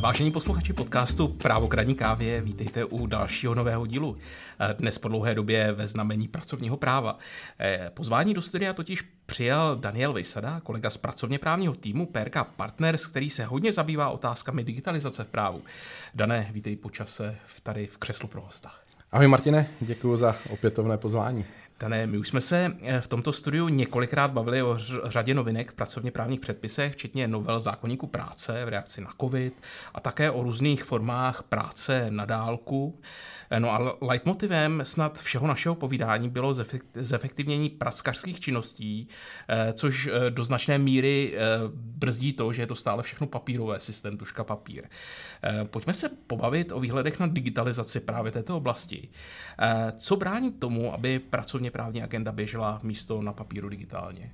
Vážení posluchači podcastu Právo k ranní kávě, vítejte u dalšího nového dílu. Dnes po dlouhé době ve znamení pracovního práva. Pozvání do studia totiž přijal Daniel Vejsada, kolega z pracovně právního týmu PRK Partners, který se hodně zabývá otázkami digitalizace v právu. Dané, vítej po čase tady v křeslu pro hosta. Ahoj Martine, děkuji za opětovné pozvání. Dané, my už jsme se v tomto studiu několikrát bavili o řadě novinek v pracovně právních předpisech, včetně novel zákoníku práce v reakci na COVID a také o různých formách práce na dálku. No a leitmotivem snad všeho našeho povídání bylo zefektivnění praxkařských činností, což do značné míry brzdí to, že je to stále všechno papírové, systém tužka papír. Pojďme se pobavit o výhledech na digitalizaci právě této oblasti. Co brání tomu, aby pracovně právní agenda běžela místo na papíru digitálně?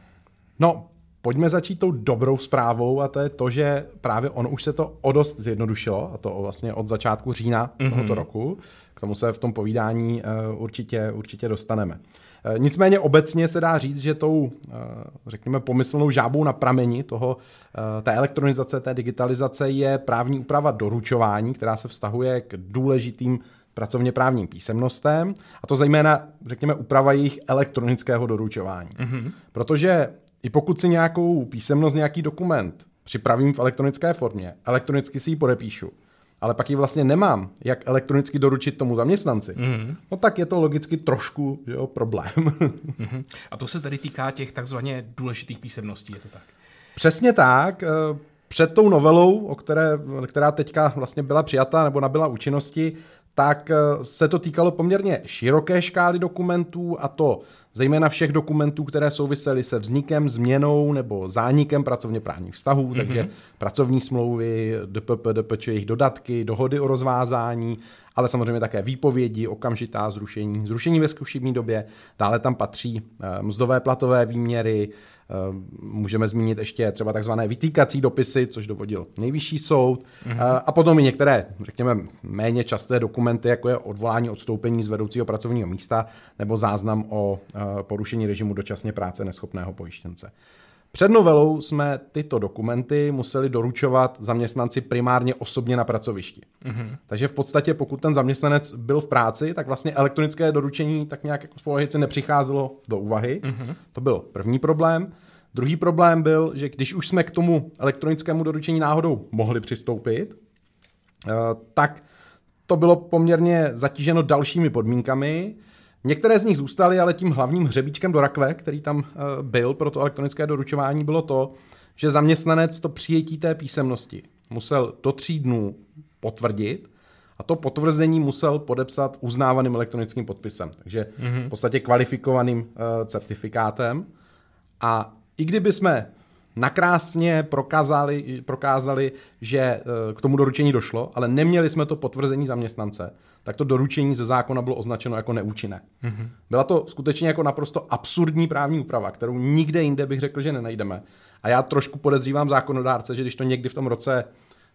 No, pojďme začít tou dobrou zprávou a to je to, že právě ono už se to o dost zjednodušilo a to vlastně od začátku října tohoto roku. K tomu se v tom povídání určitě dostaneme. Nicméně obecně se dá říct, že tou, řekněme, pomyslnou žábou na prameni té elektronizace, té digitalizace je právní úprava doručování, která se vztahuje k důležitým pracovně právním písemnostem, a to zejména, řekněme, úprava jejich elektronického doručování. Protože i pokud si nějakou písemnost, nějaký dokument připravím v elektronické formě, elektronicky si ji podepíšu, ale pak ji vlastně nemám, jak elektronicky doručit tomu zaměstnanci, no tak je to logicky trošku problém. A to se tedy týká těch takzvaně důležitých písemností, je to tak? Přesně tak. Před tou novelou, která teďka vlastně byla přijata nebo nabyla účinnosti, tak se to týkalo poměrně široké škály dokumentů, a to zejména všech dokumentů, které souvisely se vznikem, změnou nebo zánikem pracovně právních vztahů, takže pracovní smlouvy, DPP, DPČ, jejich dodatky, dohody o rozvázání, ale samozřejmě také výpovědi, okamžitá zrušení ve zkušební době. Dále tam patří mzdové platové výměry, můžeme zmínit ještě třeba takzvané vytýkací dopisy, což dovodil Nejvyšší soud, a potom i některé, řekněme, méně časté dokumenty, jako je odvolání odstoupení z vedoucího pracovního místa nebo záznam o porušení režimu dočasně práce neschopného pojištěnce. Před novelou jsme tyto dokumenty museli doručovat zaměstnanci primárně osobně na pracovišti. Takže v podstatě, pokud ten zaměstnanec byl v práci, tak vlastně elektronické doručení tak nějak jako z povahy nepřicházelo do úvahy. To byl první problém. Druhý problém byl, že když už jsme k tomu elektronickému doručení náhodou mohli přistoupit, tak to bylo poměrně zatíženo dalšími podmínkami. Některé z nich zůstaly, ale tím hlavním hřebíčkem do rakve, který tam byl pro to elektronické doručování, bylo to, že zaměstnanec to přijetí té písemnosti musel do 3 dnů potvrdit a to potvrzení musel podepsat uznávaným elektronickým podpisem, takže v podstatě kvalifikovaným certifikátem. A i kdyby jsme nakrásně prokázali, že k tomu doručení došlo, ale neměli jsme to potvrzení zaměstnance, tak to doručení ze zákona bylo označeno jako neúčinné. Byla to skutečně jako naprosto absurdní právní úprava, kterou nikde jinde bych řekl, že nenajdeme. A já trošku podezřívám zákonodárce, že když to někdy v tom roce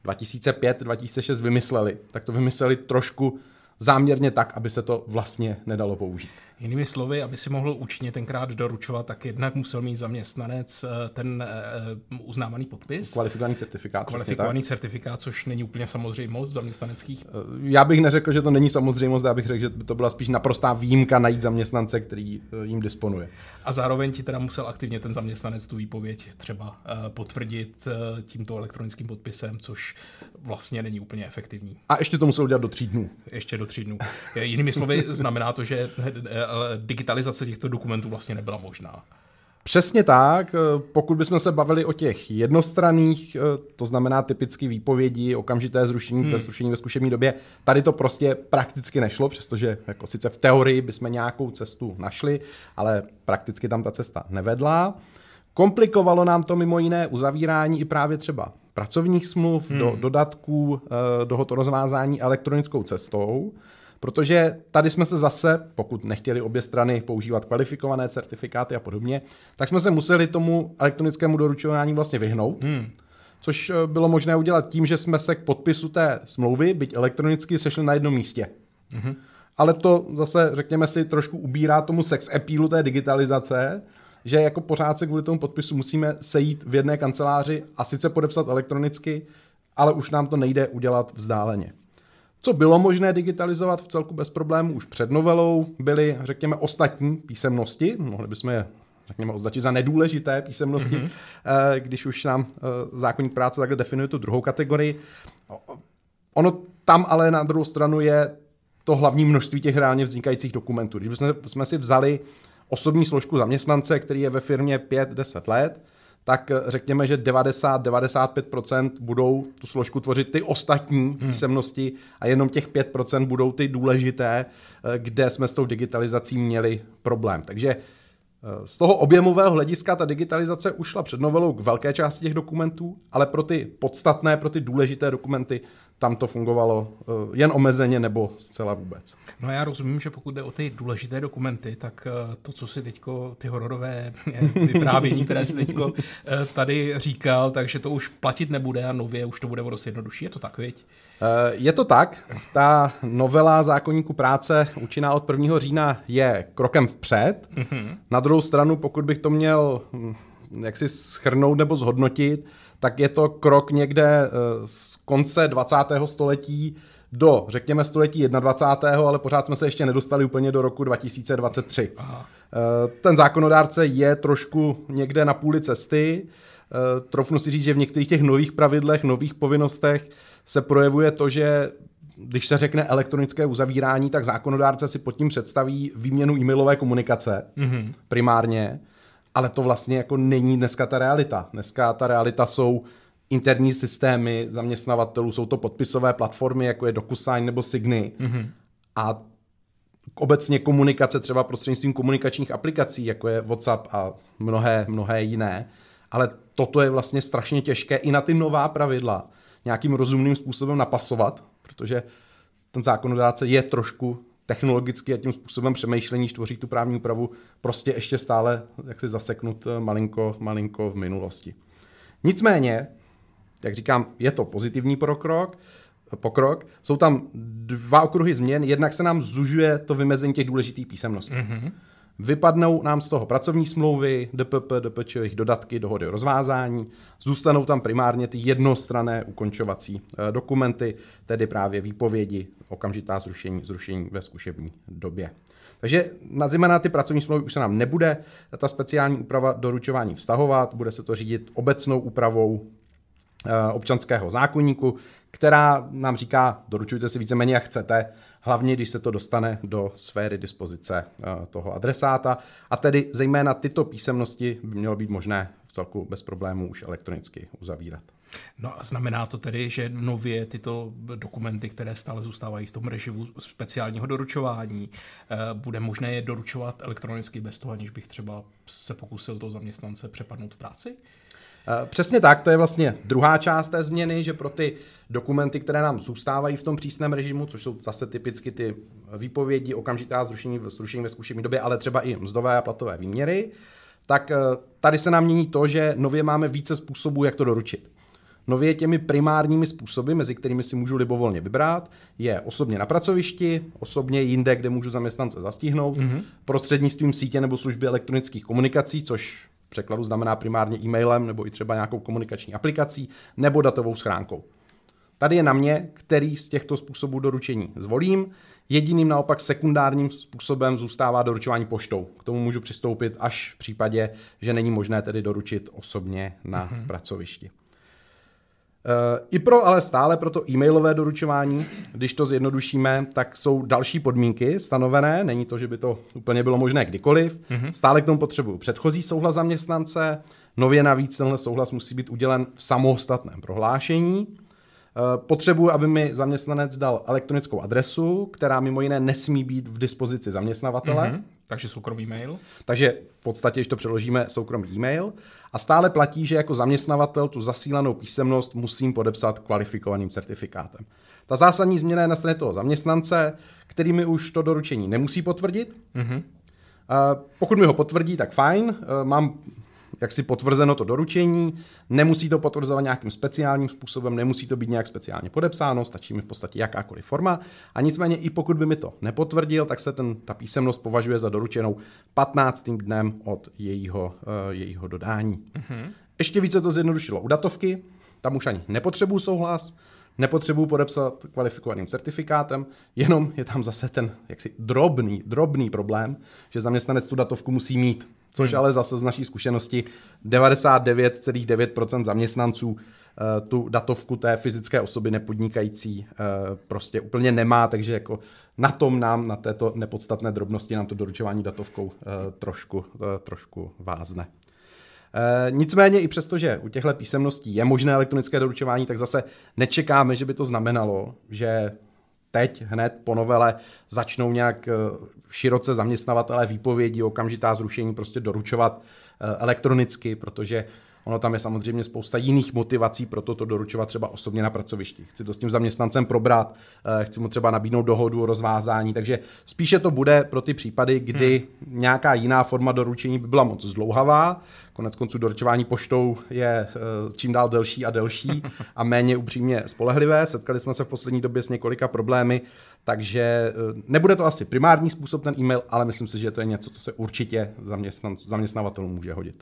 2005-2006 vymysleli, tak to vymysleli trošku záměrně tak, aby se to vlastně nedalo použít. Jinými slovy, aby si mohl účinně tenkrát doručovat, tak jednak musel mít zaměstnanec ten uznávaný podpis. Kvalifikovaný certifikát, což není úplně samozřejmost zaměstnaneckých. Já bych neřekl, že to není samozřejmost, já bych řekl, že to byla spíš naprostá výjimka najít zaměstnance, který jim disponuje. A zároveň ti teda musel aktivně ten zaměstnanec tu výpověď třeba potvrdit tímto elektronickým podpisem, což vlastně není úplně efektivní. A ještě to musel udělat do 3 dnů. Ještě do 3 dnů. Jinými slovy znamená to, že digitalizace těchto dokumentů vlastně nebyla možná. Přesně tak. Pokud bychom se bavili o těch jednostranných, to znamená typicky výpovědi, okamžité zrušení ve zkušební době, tady to prostě prakticky nešlo, přestože jako sice v teorii bychom nějakou cestu našli, ale prakticky tam ta cesta nevedla. Komplikovalo nám to mimo jiné uzavírání i právě třeba pracovních smluv, dodatků, dohod o rozvázání elektronickou cestou, protože tady jsme se zase, pokud nechtěli obě strany používat kvalifikované certifikáty a podobně, tak jsme se museli tomu elektronickému doručování vlastně vyhnout, což bylo možné udělat tím, že jsme se k podpisu té smlouvy, byť elektronicky, sešli na jednom místě. Ale to zase, řekněme si, trošku ubírá tomu sex appealu té digitalizace, že jako pořád se kvůli tomu podpisu musíme sejít v jedné kanceláři a sice podepsat elektronicky, ale už nám to nejde udělat vzdáleně. Co bylo možné digitalizovat v celku bez problémů už před novelou, byly, řekněme, ostatní písemnosti. Mohli bychom je, řekněme, označit za nedůležité písemnosti, když už nám zákoník práce takhle definuje tu druhou kategorii. Ono tam ale na druhou stranu je to hlavní množství těch reálně vznikajících dokumentů. Když jsme si vzali osobní složku zaměstnance, který je ve firmě 5-10 let, tak řekněme, že 90-95% budou tu složku tvořit ty ostatní písemnosti a jenom těch 5% budou ty důležité, kde jsme s tou digitalizací měli problém. Takže z toho objemového hlediska ta digitalizace ušla před novelou k velké části těch dokumentů, ale pro ty podstatné, pro ty důležité dokumenty tam to fungovalo jen omezeně nebo zcela vůbec. No já rozumím, že pokud jde o ty důležité dokumenty, tak to, co si teďko, ty hororové vyprávění, které si teďko tady říkal, takže to už platit nebude a nově už to bude o dost jednodušší. Je to tak, viď? Je to tak. Ta novela zákoníku práce účinná od 1. října je krokem vpřed. Na druhou stranu, pokud bych to měl jaksi shrnout nebo zhodnotit, tak je to krok někde z konce 20. století do, řekněme, století 21., ale pořád jsme se ještě nedostali úplně do roku 2023. Aha. Ten zákonodárce je trošku někde na půli cesty. Troufnu si říct, že v některých těch nových pravidlech, nových povinnostech se projevuje to, že když se řekne elektronické uzavírání, tak zákonodárce si pod tím představí výměnu e-mailové komunikace primárně, ale to vlastně jako není dneska ta realita. Dneska ta realita jsou interní systémy zaměstnavatelů, jsou to podpisové platformy, jako je DocuSign nebo Signy. A obecně komunikace třeba prostřednictvím komunikačních aplikací, jako je WhatsApp a mnohé jiné. Ale toto je vlastně strašně těžké i na ty nová pravidla nějakým rozumným způsobem napasovat, protože ten zákonodárce je trošku technologicky a tím způsobem přemýšlení, když tvoří tu právní úpravu, prostě ještě stále jaksi zaseknut malinko v minulosti. Nicméně, jak říkám, je to pozitivní pokrok. Jsou tam dva okruhy změn. Jednak se nám zužuje to vymezení těch důležitých písemností. Vypadnou nám z toho pracovní smlouvy, DPP, DPČ, jejich dodatky, dohody o rozvázání. Zůstanou tam primárně ty jednostranné ukončovací dokumenty, tedy právě výpovědi, okamžitá zrušení ve zkušební době. Takže zejména na ty pracovní smlouvy už se nám nebude ta speciální úprava doručování vztahovat, bude se to řídit obecnou úpravou občanského zákoníku, která nám říká, doručujte si víceméně jak chcete, hlavně když se to dostane do sféry dispozice toho adresáta. A tedy zejména tyto písemnosti by mělo být možné v celku bez problémů už elektronicky uzavírat. No a znamená to tedy, že nově tyto dokumenty, které stále zůstávají v tom režimu speciálního doručování, bude možné je doručovat elektronicky bez toho, aniž bych třeba se pokusil toho zaměstnance přepadnout v práci? Přesně tak, to je vlastně druhá část té změny, že pro ty dokumenty, které nám zůstávají v tom přísném režimu, což jsou zase typicky ty výpovědi, okamžitá zrušení ve zkušební době, ale třeba i mzdové a platové výměry, tak tady se nám mění to, že nově máme více způsobů, jak to doručit. Nově těmi primárními způsoby, mezi kterými si můžu libovolně vybrat, je osobně na pracovišti, osobně jinde, kde můžu zaměstnance zastihnout, prostřednictvím sítě nebo služby elektronických komunikací, což v překladu znamená primárně e-mailem nebo i třeba nějakou komunikační aplikací nebo datovou schránkou. Tady je na mě, který z těchto způsobů doručení zvolím. Jediným naopak sekundárním způsobem zůstává doručování poštou. K tomu můžu přistoupit až v případě, že není možné tedy doručit osobně na pracovišti. Ale stále pro to e-mailové doručování, když to zjednodušíme, tak jsou další podmínky stanovené. Není to, že by to úplně bylo možné kdykoliv. Stále k tomu potřebuju předchozí souhlas zaměstnance. Nově navíc tenhle souhlas musí být udělen v samostatném prohlášení. Potřebuji, aby mi zaměstnanec dal elektronickou adresu, která mimo jiné nesmí být v dispozici zaměstnavatele. Takže soukromý mail. Takže v podstatě, když to přeložíme, soukromý e-mail. A stále platí, že jako zaměstnavatel tu zasílanou písemnost musím podepsat kvalifikovaným certifikátem. Ta zásadní změna je na straně toho zaměstnance, který mi už to doručení nemusí potvrdit. Pokud mi ho potvrdí, tak fajn, mám jaksi potvrzeno to doručení, nemusí to potvrzovat nějakým speciálním způsobem, nemusí to být nějak speciálně podepsáno, stačí mi v podstatě jakákoliv forma. A nicméně i pokud by mi to nepotvrdil, tak se ta písemnost považuje za doručenou 15. dnem od jejího dodání. Ještě více to zjednodušilo u datovky. Tam už ani nepotřebuji souhlas, nepotřebuji podepsat kvalifikovaným certifikátem, jenom je tam zase ten jaksi drobný problém, že zaměstnanec tu datovku musí mít. Což ale zase z naší zkušenosti 99,9% zaměstnanců tu datovku té fyzické osoby nepodnikající prostě úplně nemá, takže jako na této nepodstatné drobnosti nám to doručování datovkou trošku vázne. Nicméně i přesto, že u těchto písemností je možné elektronické doručování, tak zase nečekáme, že by to znamenalo, že teď hned po novele začnou nějak široce zaměstnavatelé výpovědi, okamžitá zrušení prostě doručovat elektronicky, protože ono tam je samozřejmě spousta jiných motivací pro to doručovat třeba osobně na pracovišti. Chci to s tím zaměstnancem probrat, chci mu třeba nabídnout dohodu o rozvázání, takže spíše to bude pro ty případy, kdy nějaká jiná forma doručení by byla moc zdlouhavá. Koneckonců doručování poštou je čím dál delší a delší a méně upřímně spolehlivé. Setkali jsme se v poslední době s několika problémy, takže nebude to asi primární způsob ten e-mail, ale myslím si, že to je něco, co se určitě zaměstnavatelům může hodit.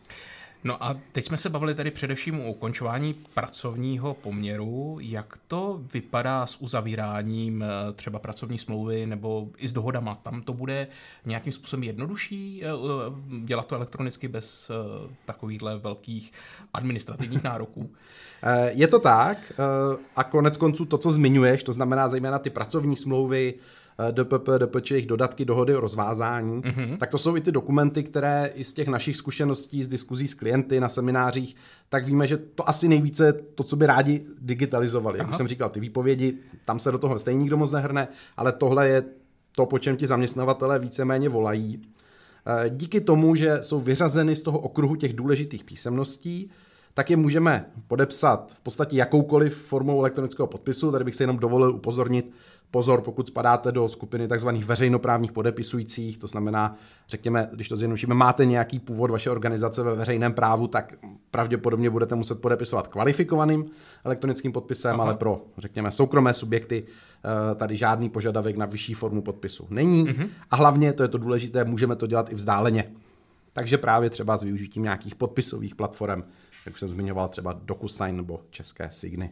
No a teď jsme se bavili tady především o ukončování pracovního poměru. Jak to vypadá s uzavíráním třeba pracovní smlouvy nebo i s dohodama? Tam to bude nějakým způsobem jednodušší dělat to elektronicky bez takovýchhle velkých administrativních nároků? Je to tak a koneckonců to, co zmiňuješ, to znamená zejména ty pracovní smlouvy, DPP, DPČ, jejich dodatky, dohody o rozvázání, tak to jsou i ty dokumenty, které i z těch našich zkušeností, z diskuzí s klienty na seminářích, tak víme, že to asi nejvíce to, co by rádi digitalizovali. Jak už jsem říkal, ty výpovědi, tam se do toho stejně nikdo moc nehrne, ale tohle je to, po čem ti zaměstnavatelé víceméně volají. Díky tomu, že jsou vyřazeny z toho okruhu těch důležitých písemností, tak je můžeme podepsat v podstatě jakoukoliv formou elektronického podpisu. Tady bych se jenom dovolil upozornit, pozor, pokud spadáte do skupiny tzv. Veřejnoprávních podepisujících, to znamená, řekněme, když to zjednodušíme, máte nějaký původ vaše organizace ve veřejném právu, tak pravděpodobně budete muset podepisovat kvalifikovaným elektronickým podpisem, ale pro, řekněme, soukromé subjekty tady žádný požadavek na vyšší formu podpisu není. A hlavně, to je to důležité, můžeme to dělat i vzdáleně. Takže právě třeba s využitím nějakých podpisových platform, jak už jsem zmiňoval, třeba DocuSign nebo české Signy.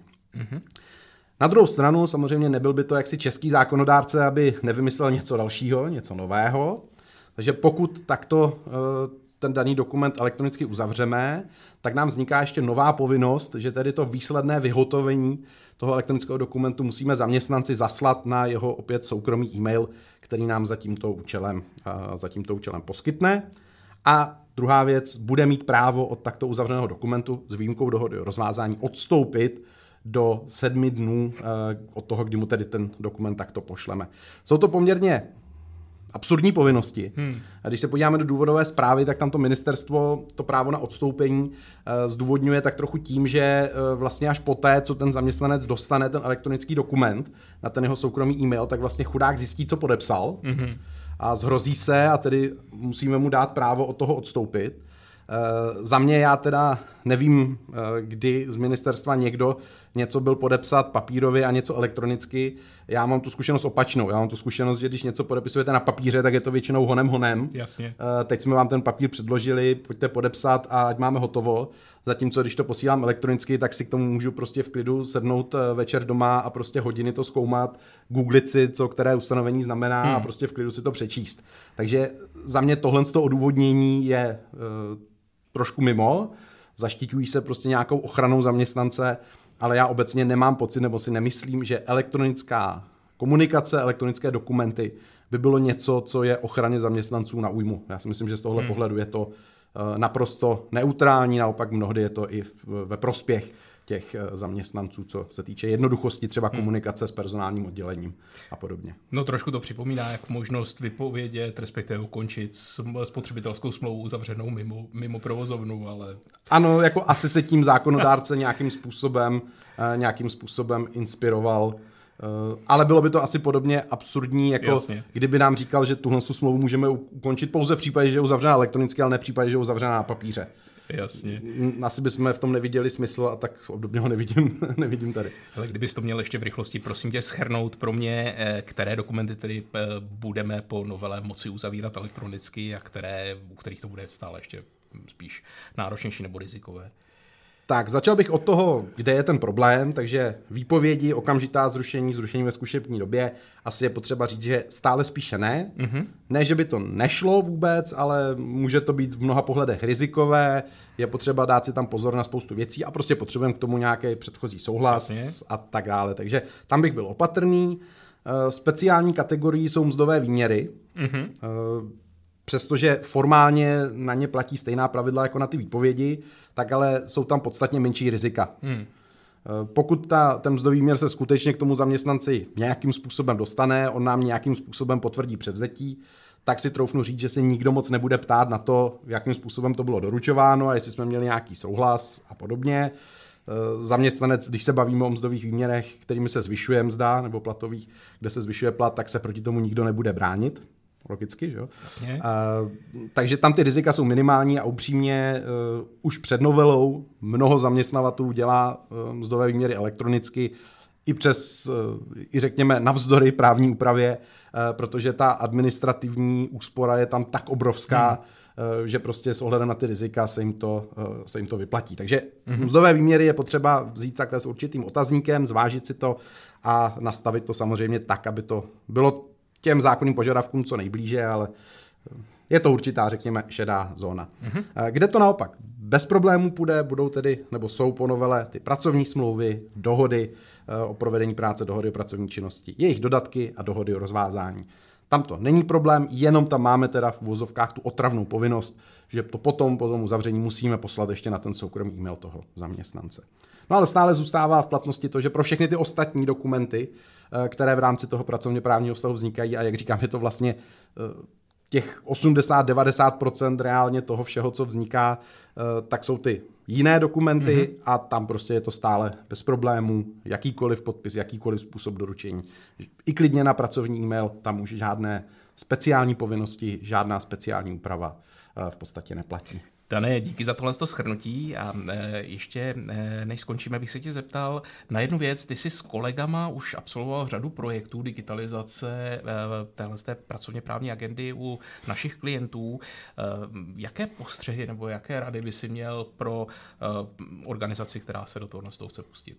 Na druhou stranu samozřejmě nebyl by to jaksi český zákonodárce, aby nevymyslel něco dalšího, něco nového. Takže pokud takto ten daný dokument elektronicky uzavřeme, tak nám vzniká ještě nová povinnost, že tedy to výsledné vyhotovení toho elektronického dokumentu musíme zaměstnanci zaslat na jeho opět soukromý e-mail, který nám za tímto účelem poskytne. A druhá věc, bude mít právo od takto uzavřeného dokumentu s výjimkou dohody o rozvázání odstoupit do 7 dnů od toho, kdy mu tedy ten dokument takto pošleme. Jsou to poměrně absurdní povinnosti. A když se podíváme do důvodové zprávy, tak tam to ministerstvo to právo na odstoupení zdůvodňuje tak trochu tím, že vlastně až poté, co ten zaměstnanec dostane ten elektronický dokument na ten jeho soukromý e-mail, tak vlastně chudák zjistí, co podepsal a zhrozí se a tedy musíme mu dát právo od toho odstoupit. Za mě já teda nevím, kdy z ministerstva někdo něco byl podepsat papírově a něco elektronicky. Já mám tu zkušenost opačnou. Já mám tu zkušenost, že když něco podepisujete na papíře, tak je to většinou honem. Jasně. Teď jsme vám ten papír předložili, pojďte podepsat a ať máme hotovo. Zatímco když to posílám elektronicky, tak si k tomu můžu prostě v klidu sednout večer doma a prostě hodiny to zkoumat, googlit si, co které ustanovení znamená a prostě v klidu si to přečíst. Takže za mě tohle odůvodnění je trošku mimo, zaštiťují se prostě nějakou ochranou zaměstnance, ale já obecně nemám pocit, nebo si nemyslím, že elektronická komunikace, elektronické dokumenty by bylo něco, co je ochraně zaměstnanců na újmu. Já si myslím, že z tohle pohledu je to naprosto neutrální, naopak mnohdy je to i ve prospěch těch zaměstnanců, co se týče jednoduchosti třeba komunikace s personálním oddělením a podobně. No trošku to připomíná jak možnost vypovědět, respektive ukončit spotřebitelskou smlouvu uzavřenou mimo provozovnu, ale... Ano, jako asi se tím zákonodárce nějakým způsobem inspiroval, ale bylo by to asi podobně absurdní, jako kdyby nám říkal, že tuhle smlouvu můžeme ukončit pouze v případě, že je uzavřená elektronicky, ale ne v případě, že je uzavřená na papíře. Jasně. Asi bychom v tom neviděli smysl a tak obdobně ho nevidím tady. Ale kdybys to měl ještě v rychlosti, prosím tě, shrnout pro mě, které dokumenty tedy budeme po novele moci uzavírat elektronicky a u kterých to bude stále ještě spíš náročnější nebo rizikové. Tak, začal bych od toho, kde je ten problém, takže výpovědi, okamžitá zrušení ve zkušební době, asi je potřeba říct, že stále spíše ne. Ne, že by to nešlo vůbec, ale může to být v mnoha pohledech rizikové, je potřeba dát si tam pozor na spoustu věcí a prostě potřebujeme k tomu nějaký předchozí souhlas a tak dále. Takže tam bych byl opatrný. Speciální kategorií jsou mzdové výměry. Přestože formálně na ně platí stejná pravidla jako na ty výpovědi, tak ale jsou tam podstatně menší rizika. Pokud ten mzdový výměr se skutečně k tomu zaměstnanci nějakým způsobem dostane, on nám nějakým způsobem potvrdí převzetí, tak si troufnu říct, že se nikdo moc nebude ptát na to, jakým způsobem to bylo doručováno a jestli jsme měli nějaký souhlas a podobně. Zaměstnanec, když se bavíme o mzdových výměrech, kterými se zvyšuje mzda, nebo platových, kde se zvyšuje plat, tak se proti tomu nikdo nebude bránit. Logicky, že jo? Takže tam ty rizika jsou minimální a upřímně už před novelou mnoho zaměstnavatelů dělá mzdové výměry elektronicky i řekněme navzdory právní úpravě, protože ta administrativní úspora je tam tak obrovská, že prostě s ohledem na ty rizika se jim to vyplatí. Takže mzdové výměry je potřeba vzít takhle s určitým otazníkem, zvážit si to a nastavit to samozřejmě tak, aby to bylo těm zákonným požadavkům co nejblíže, ale je to určitá, řekněme, šedá zóna. Kde to naopak bez problémů půjde, budou tedy, nebo jsou po novele ty pracovní smlouvy, dohody o provedení práce, dohody o pracovní činnosti, jejich dodatky a dohody o rozvázání. Tam to není problém, jenom tam máme teda v uvozovkách tu otravnou povinnost, že to potom po tom uzavření musíme poslat ještě na ten soukromý e-mail toho zaměstnance. No ale stále zůstává v platnosti to, že pro všechny ty ostatní dokumenty, které v rámci toho pracovně právního vztahu vznikají, a jak říkám, je to vlastně těch 80-90% reálně toho všeho, co vzniká, tak jsou ty jiné dokumenty a tam prostě je to stále bez problémů, jakýkoliv podpis, jakýkoliv způsob doručení. I klidně na pracovní e-mail, tam už žádné speciální povinnosti, žádná speciální úprava v podstatě neplatí. Dané, díky za tohle shrnutí a ještě než skončíme, bych se tě zeptal na jednu věc. Ty jsi s kolegama už absolvoval řadu projektů digitalizace téhleté pracovně právní agendy u našich klientů. Jaké postřehy nebo jaké rady by si měl pro organizaci, která se do toho chce pustit?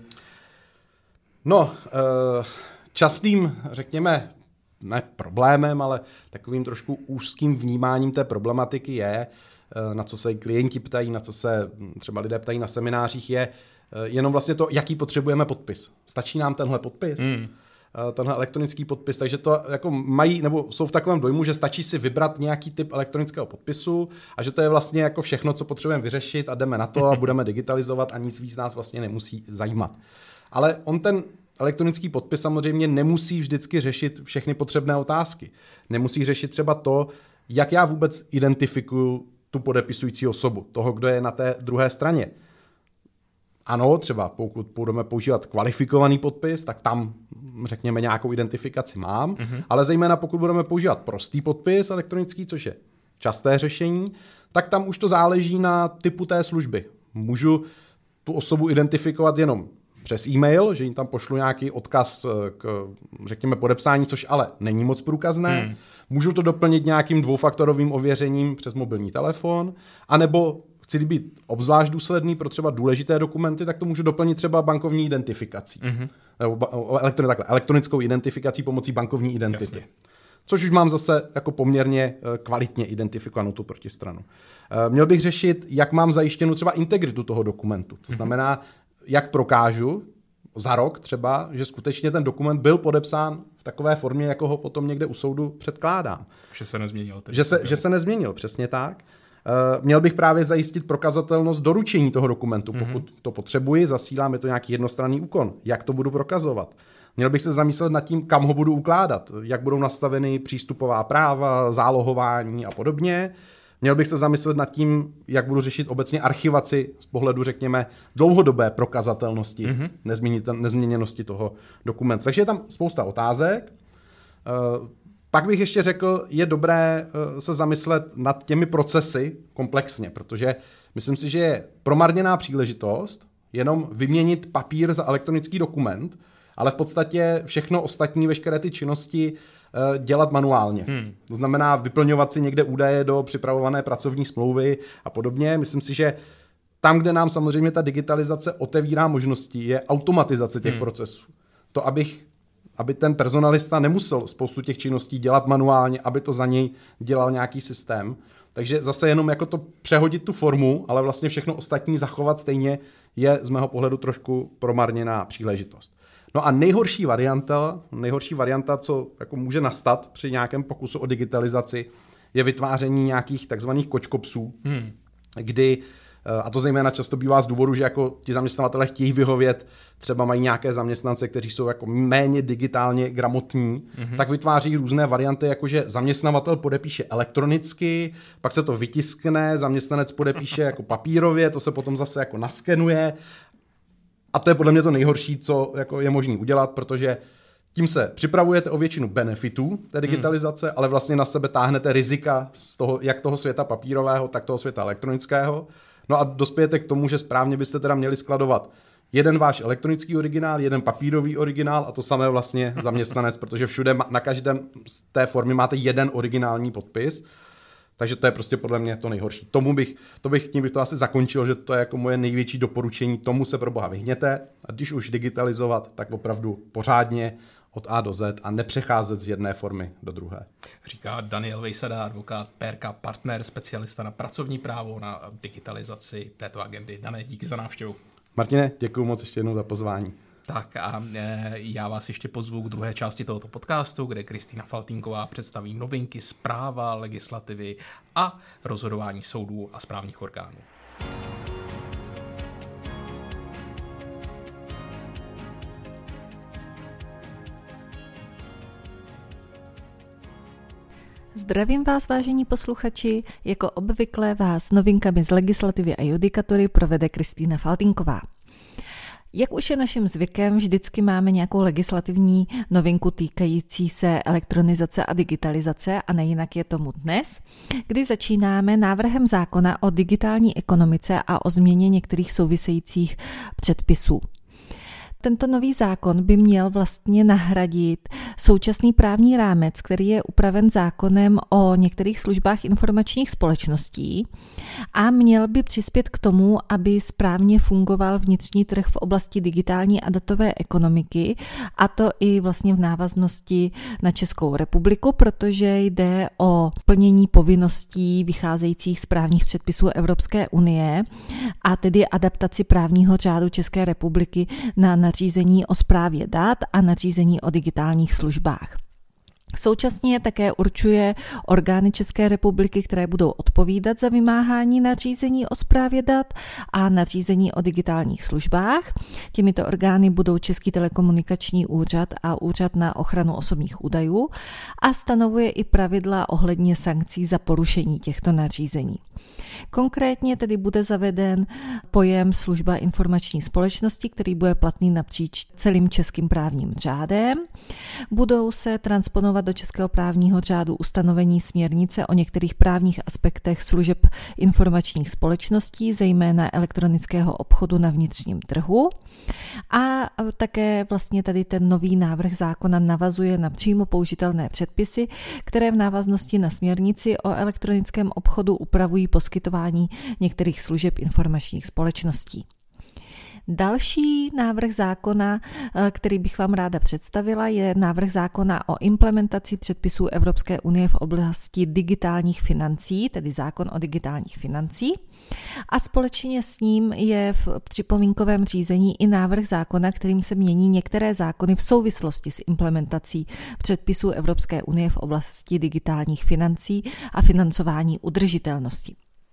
Častým, řekněme, ne problémem, ale takovým trošku úzkým vnímáním té problematiky je, na co se klienti ptají, na co se třeba lidé ptají na seminářích, je jenom vlastně to, jaký potřebujeme podpis. Stačí nám tenhle podpis? Tenhle elektronický podpis, takže to jako mají, nebo jsou v takovém dojmu, že stačí si vybrat nějaký typ elektronického podpisu a že to je vlastně jako všechno, co potřebujeme vyřešit a jdeme na to a budeme digitalizovat a nic víc nás vlastně nemusí zajímat. Ale on ten elektronický podpis samozřejmě nemusí vždycky řešit všechny potřebné otázky. Nemusí řešit třeba to, jak já vůbec identifikuju tu podepisující osobu, toho, kdo je na té druhé straně. Ano, třeba pokud budeme používat kvalifikovaný podpis, tak tam, řekněme, nějakou identifikaci mám, ale zejména pokud budeme používat prostý podpis elektronický, což je časté řešení, tak tam už to záleží na typu té služby. Můžu tu osobu identifikovat jenom přes e-mail, že jim tam pošlu nějaký odkaz k, řekněme, podepsání, což ale není moc průkazné. Můžu to doplnit nějakým dvoufaktorovým ověřením přes mobilní telefon, anebo chci být obzvlášť důsledný pro třeba důležité dokumenty, tak to můžu doplnit třeba bankovní identifikací. Nebo elektronickou identifikací pomocí bankovní identity. Jasně. Což už mám zase jako poměrně kvalitně identifikovanou tu protistranu. Měl bych řešit, jak mám zajištěnou třeba integritu toho dokumentu. To znamená, jak prokážu za rok třeba, že skutečně ten dokument byl podepsán v takové formě, jako ho potom někde u soudu předkládám. Že se nezměnil. Že se nezměnil, přesně tak. Měl bych právě zajistit prokazatelnost doručení toho dokumentu. Pokud to potřebuji, zasílám, je to nějaký jednostranný úkon. Jak to budu prokazovat? Měl bych se zamyslet nad tím, kam ho budu ukládat, jak budou nastaveny přístupová práva, zálohování a podobně. Měl bych se zamyslet nad tím, jak budu řešit obecně archivaci z pohledu, řekněme, dlouhodobé prokazatelnosti, nezměněnosti toho dokumentu. Takže je tam spousta otázek. Pak bych ještě řekl, je dobré se zamyslet nad těmi procesy komplexně, protože myslím si, že je promarněná příležitost jenom vyměnit papír za elektronický dokument, ale v podstatě všechno ostatní, veškeré ty činnosti dělat manuálně. To znamená vyplňovat si někde údaje do připravované pracovní smlouvy a podobně. Myslím si, že tam, kde nám samozřejmě ta digitalizace otevírá možnosti, je automatizace těch procesů. To, aby ten personalista nemusel spoustu těch činností dělat manuálně, aby to za něj dělal nějaký systém. Takže zase jenom jako to přehodit tu formu, ale vlastně všechno ostatní zachovat stejně je z mého pohledu trošku promarněná příležitost. No a nejhorší varianta, co jako může nastat při nějakém pokusu o digitalizaci, je vytváření nějakých takzvaných kočkopsů, kdy, a to zejména často bývá z důvodu, že jako ti zaměstnavatelé chtějí vyhovět, třeba mají nějaké zaměstnance, kteří jsou jako méně digitálně gramotní, tak vytváří různé varianty, jakože zaměstnavatel podepíše elektronicky, pak se to vytiskne, zaměstnanec podepíše jako papírově, to se potom zase jako naskenuje. A to je podle mě to nejhorší, co jako je možné udělat, protože tím se připravujete o většinu benefitů té digitalizace, ale vlastně na sebe táhnete rizika z toho, jak toho světa papírového, tak toho světa elektronického. No a dospějete k tomu, že správně byste teda měli skladovat jeden váš elektronický originál, jeden papírový originál a to samé vlastně zaměstnanec, protože všude na každém z té formy máte jeden originální podpis. Takže to je prostě podle mě to nejhorší. Tím bych to asi zakončil, že to je jako moje největší doporučení. Tomu se pro boha vyhněte a když už digitalizovat, tak opravdu pořádně od A do Z a nepřecházet z jedné formy do druhé. Říká Daniel Vejsada, advokát PRK Partner, specialista na pracovní právo, na digitalizaci této agendy. Dané, díky za návštěvu. Martine, děkuji moc ještě jednou za pozvání. Tak a já vás ještě pozvu k druhé části tohoto podcastu, kde Kristýna Faltýnková představí novinky z práva, legislativy a rozhodování soudů a správních orgánů. Zdravím vás, vážení posluchači, jako obvykle vás novinkami z legislativy a judikatury provede Kristýna Faltýnková. Jak už je naším zvykem, vždycky máme nějakou legislativní novinku týkající se elektronizace a digitalizace a nejinak je tomu dnes, kdy začínáme návrhem zákona o digitální ekonomice a o změně některých souvisejících předpisů. Tento nový zákon by měl vlastně nahradit současný právní rámec, který je upraven zákonem o některých službách informačních společností a měl by přispět k tomu, aby správně fungoval vnitřní trh v oblasti digitální a datové ekonomiky, a to i vlastně v návaznosti na Českou republiku, protože jde o plnění povinností vycházejících z právních předpisů Evropské unie a tedy adaptaci právního řádu České republiky na nařízení o správě dat a nařízení o digitálních službách. Současně také určuje orgány České republiky, které budou odpovídat za vymáhání nařízení o správě dat a nařízení o digitálních službách. Těmito orgány budou Český telekomunikační úřad a Úřad na ochranu osobních údajů a stanovuje i pravidla ohledně sankcí za porušení těchto nařízení. Konkrétně tedy bude zaveden pojem služba informační společnosti, který bude platný napříč celým českým právním řádem. Budou se transponovat do českého právního řádu ustanovení směrnice o některých právních aspektech služeb informačních společností, zejména elektronického obchodu na vnitřním trhu. A také vlastně tady ten nový návrh zákona navazuje na přímo použitelné předpisy, které v návaznosti na směrnici o elektronickém obchodu upravují poskytování některých služeb informačních společností. Další návrh zákona, který bych vám ráda představila, je návrh zákona o implementaci předpisů Evropské unie v oblasti digitálních financí, tedy zákon o digitálních financí. A společně s ním je v připomínkovém řízení i návrh zákona, kterým se mění některé zákony v souvislosti s implementací předpisů Evropské unie v oblasti digitálních financí a financování udržitelnosti.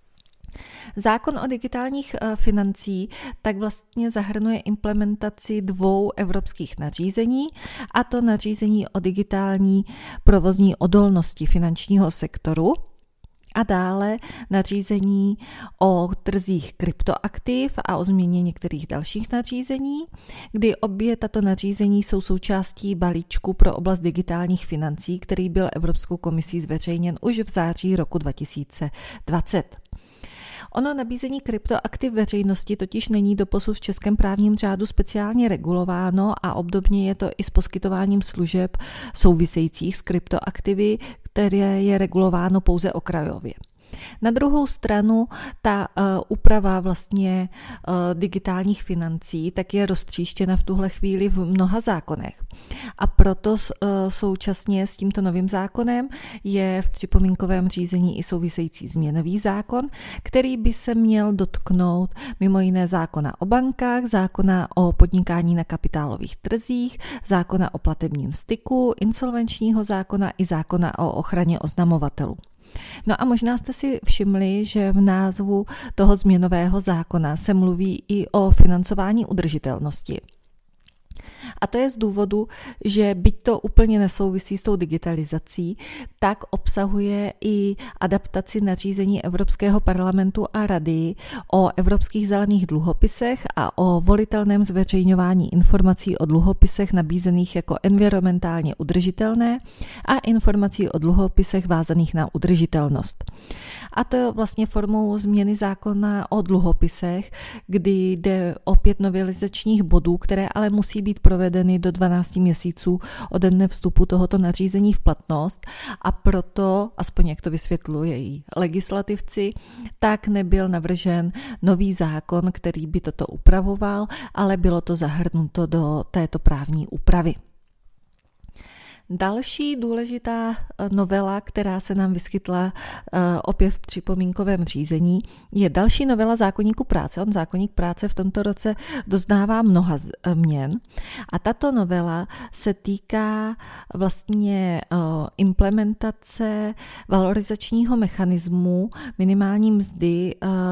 Zákon o digitálních financí tak vlastně zahrnuje implementaci 2 evropských nařízení, a to nařízení o digitální provozní odolnosti finančního sektoru a dále nařízení o trzích kryptoaktiv a o změně některých dalších nařízení, kdy obě tato nařízení jsou součástí balíčku pro oblast digitálních financí, který byl Evropskou komisí zveřejněn už v září roku 2020. Ono nabízení kryptoaktiv veřejnosti totiž není doposud v českém právním řádu speciálně regulováno a obdobně je to i s poskytováním služeb souvisejících s kryptoaktivy, které je regulováno pouze okrajově. Na druhou stranu ta úprava vlastně digitálních financí tak je roztříštěna v tuhle chvíli v mnoha zákonech. A proto současně s tímto novým zákonem je v připomínkovém řízení i související změnový zákon, který by se měl dotknout mimo jiné zákona o bankách, zákona o podnikání na kapitálových trzích, zákona o platebním styku, insolvenčního zákona i zákona o ochraně oznamovatelů. No a možná jste si všimli, že v názvu toho změnového zákona se mluví i o financování udržitelnosti. A to je z důvodu, že byť to úplně nesouvisí s tou digitalizací, tak obsahuje i adaptaci nařízení Evropského parlamentu a Rady o evropských zelených dluhopisech a o volitelném zveřejňování informací o dluhopisech nabízených jako environmentálně udržitelné a informací o dluhopisech vázaných na udržitelnost. A to je vlastně formou změny zákona o dluhopisech, kdy jde o 5 novelizačních bodů, které ale musí být provedeny do 12 měsíců ode dne vstupu tohoto nařízení v platnost a proto, aspoň jak to vysvětlují legislativci, tak nebyl navržen nový zákon, který by toto upravoval, ale bylo to zahrnuto do této právní úpravy. Další důležitá novela, která se nám vyskytla opět v připomínkovém řízení, je další novela zákoníku práce. Zákoník práce v tomto roce doznává mnoha změn a tato novela se týká vlastně implementace valorizačního mechanismu minimální mzdy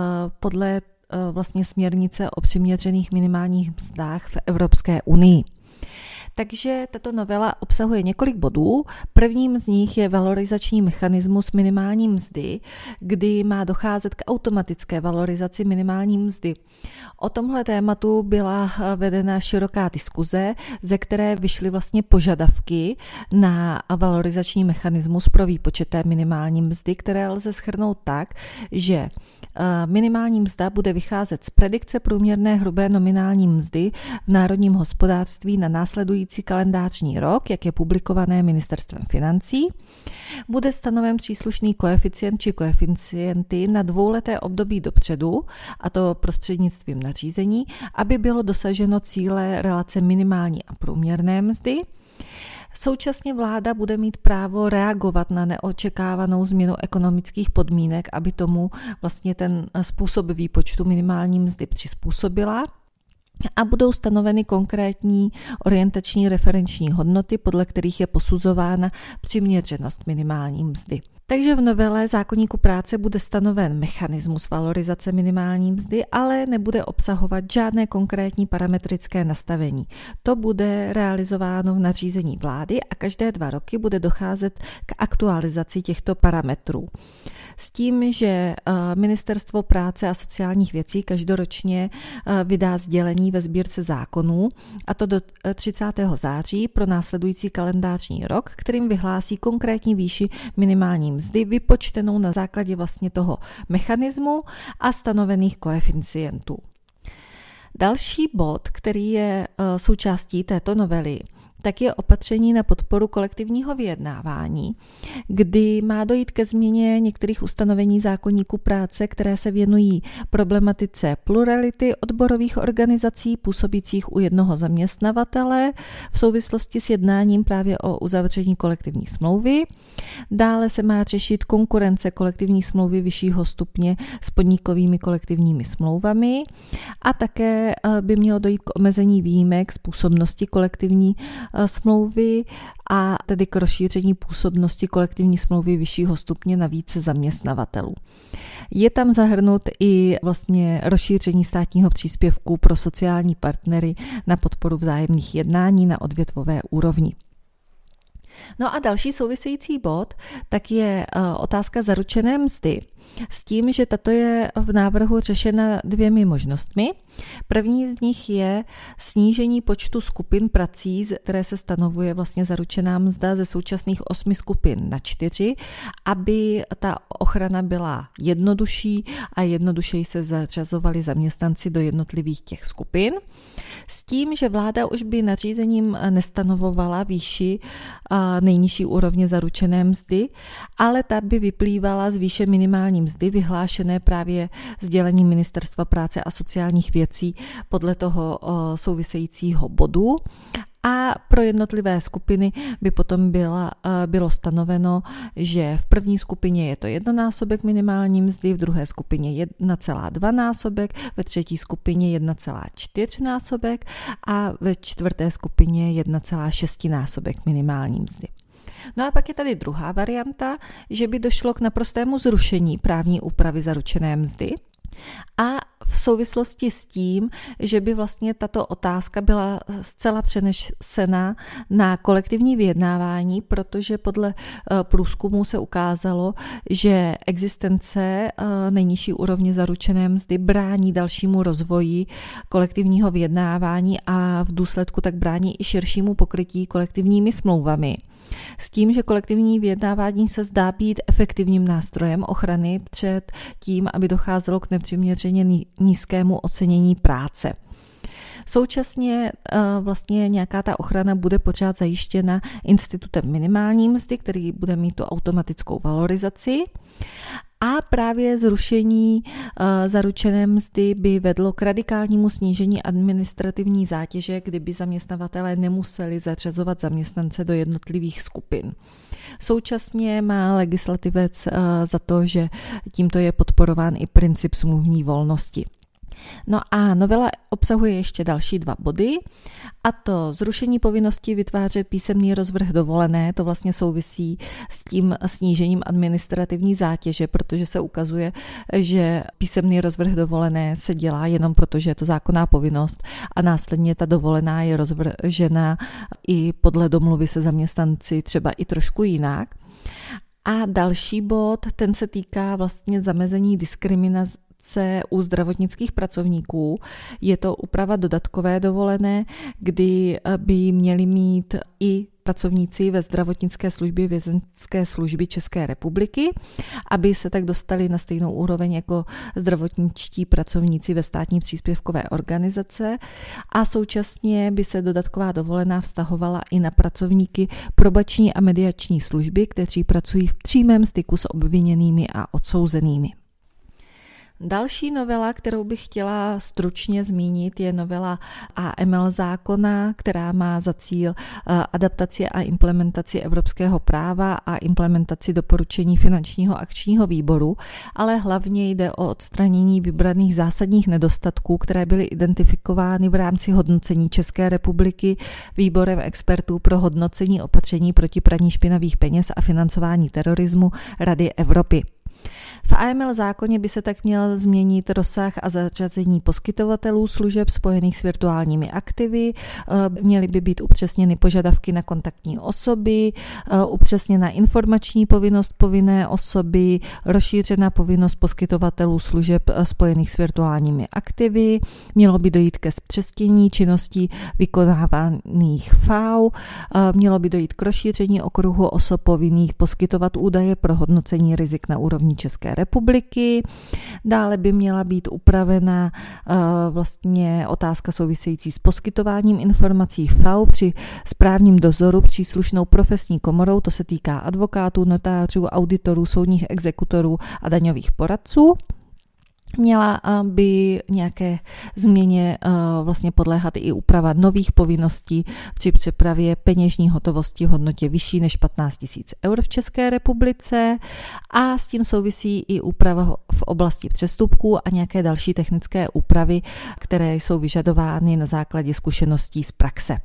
podle vlastně směrnice o přiměřených minimálních mzdách v Evropské unii. Takže tato novela obsahuje několik bodů. Prvním z nich je valorizační mechanismus minimální mzdy, kdy má docházet k automatické valorizaci minimální mzdy. O tomhle tématu byla vedena široká diskuze, ze které vyšly vlastně požadavky na valorizační mechanismus pro výpočet té minimální mzdy, které lze shrnout tak, že minimální mzda bude vycházet z predikce průměrné hrubé nominální mzdy v národním hospodářství na následující kalendářní rok, jak je publikované Ministerstvem financí. Bude stanoven příslušný koeficient či koeficienty na dvouleté období dopředu, a to prostřednictvím nařízení, aby bylo dosaženo cíle relace minimální a průměrné mzdy. Současně vláda bude mít právo reagovat na neočekávanou změnu ekonomických podmínek, aby tomu vlastně ten způsob výpočtu minimální mzdy přizpůsobila. A budou stanoveny konkrétní orientační referenční hodnoty, podle kterých je posuzována přiměřenost minimální mzdy. Takže v novele zákoníku práce bude stanoven mechanismus valorizace minimální mzdy, ale nebude obsahovat žádné konkrétní parametrické nastavení. To bude realizováno v nařízení vlády a každé 2 roky bude docházet k aktualizaci těchto parametrů. S tím, že Ministerstvo práce a sociálních věcí každoročně vydá sdělení ve sbírce zákonů, a to do 30. září pro následující kalendářní rok, kterým vyhlásí konkrétní výši minimální mzdy vypočtenou na základě vlastně toho mechanismu a stanovených koeficientů. Další bod, který je součástí této novely, tak je opatření na podporu kolektivního vyjednávání, kdy má dojít ke změně některých ustanovení zákoníku práce, které se věnují problematice plurality odborových organizací působících u jednoho zaměstnavatele v souvislosti s jednáním právě o uzavření kolektivní smlouvy. Dále se má řešit konkurence kolektivní smlouvy vyššího stupně s podnikovými kolektivními smlouvami a také by mělo dojít k omezení výjimek z působnosti kolektivní smlouvy a tedy k rozšíření působnosti kolektivní smlouvy vyššího stupně na více zaměstnavatelů. Je tam zahrnut i vlastně rozšíření státního příspěvku pro sociální partnery na podporu vzájemných jednání na odvětvové úrovni. No a další související bod, tak je otázka zaručené mzdy. S tím, že tato je v návrhu řešena 2 možnostmi. První z nich je snížení počtu skupin prací, které se stanovuje vlastně zaručená mzda ze současných 8 skupin na 4, aby ta ochrana byla jednodušší a jednodušeji se zařazovali zaměstnanci do jednotlivých těch skupin. S tím, že vláda už by nařízením nestanovovala výši nejnižší úrovně zaručené mzdy, ale ta by vyplývala z výše minimální mzdy vyhlášené právě sdělením Ministerstva práce a sociálních věcí podle toho souvisejícího bodu. A pro jednotlivé skupiny by potom bylo stanoveno, že v první skupině je to 1násobek minimální mzdy, v druhé skupině 1,2 násobek, ve třetí skupině 1,4 násobek a ve čtvrté skupině 1,6 násobek minimální mzdy. No a pak je tady druhá varianta, že by došlo k naprostému zrušení právní úpravy zaručené mzdy a v souvislosti s tím, že by vlastně tato otázka byla zcela přenesena na kolektivní vyjednávání, protože podle průzkumů se ukázalo, že existence nejnižší úrovně zaručené mzdy brání dalšímu rozvoji kolektivního vyjednávání a v důsledku tak brání i širšímu pokrytí kolektivními smlouvami. S tím, že kolektivní vyjednávání se zdá být efektivním nástrojem ochrany před tím, aby docházelo k nepřiměřeně nízkému ocenění práce. Současně vlastně nějaká ta ochrana bude pořád zajištěna institutem minimální mzdy, který bude mít tu automatickou valorizaci. A právě zrušení zaručené mzdy by vedlo k radikálnímu snížení administrativní zátěže, kdyby zaměstnavatelé nemuseli zařazovat zaměstnance do jednotlivých skupin. Současně má legislativec za to, že tímto je podporován i princip smluvní volnosti. No a novela obsahuje ještě další 2 body, a to zrušení povinnosti vytvářet písemný rozvrh dovolené, to vlastně souvisí s tím snížením administrativní zátěže, protože se ukazuje, že písemný rozvrh dovolené se dělá jenom proto, že je to zákonná povinnost a následně ta dovolená je rozvržena i podle domluvy se zaměstnanci třeba i trošku jinak. A další bod, ten se týká vlastně zamezení diskriminace u zdravotnických pracovníků. Je to úprava dodatkové dovolené, kdy by měli mít i pracovníci ve zdravotnické službě vězeňské služby České republiky, aby se tak dostali na stejnou úroveň jako zdravotničtí pracovníci ve státní příspěvkové organizace a současně by se dodatková dovolená vztahovala i na pracovníky probační a mediační služby, kteří pracují v přímém styku s obviněnými a odsouzenými. Další novela, kterou bych chtěla stručně zmínit, je novela AML zákona, která má za cíl adaptaci a implementaci evropského práva a implementaci doporučení finančního akčního výboru, ale hlavně jde o odstranění vybraných zásadních nedostatků, které byly identifikovány v rámci hodnocení České republiky výborem expertů pro hodnocení opatření proti praní špinavých peněz a financování terorismu Rady Evropy. V AML zákoně by se tak měl změnit rozsah a zařazení poskytovatelů služeb spojených s virtuálními aktivy, měly by být upřesněny požadavky na kontaktní osoby, upřesněna informační povinnost povinné osoby, rozšířená povinnost poskytovatelů služeb spojených s virtuálními aktivy, mělo by dojít ke zpřesnění činností vykonávaných FAU, mělo by dojít k rozšíření okruhu osob povinných poskytovat údaje pro hodnocení rizik na úrovni České republiky. Dále by měla být upravena vlastně otázka související s poskytováním informací FAU při správním dozoru příslušnou profesní komorou, to se týká advokátů, notářů, auditorů, soudních exekutorů a daňových poradců. Měla by nějaké změně vlastně podléhat i úprava nových povinností při přepravě peněžní hotovosti v hodnotě vyšší než 15 000 eur v České republice a s tím souvisí i úprava v oblasti přestupků a nějaké další technické úpravy, které jsou vyžadovány na základě zkušeností z praxe.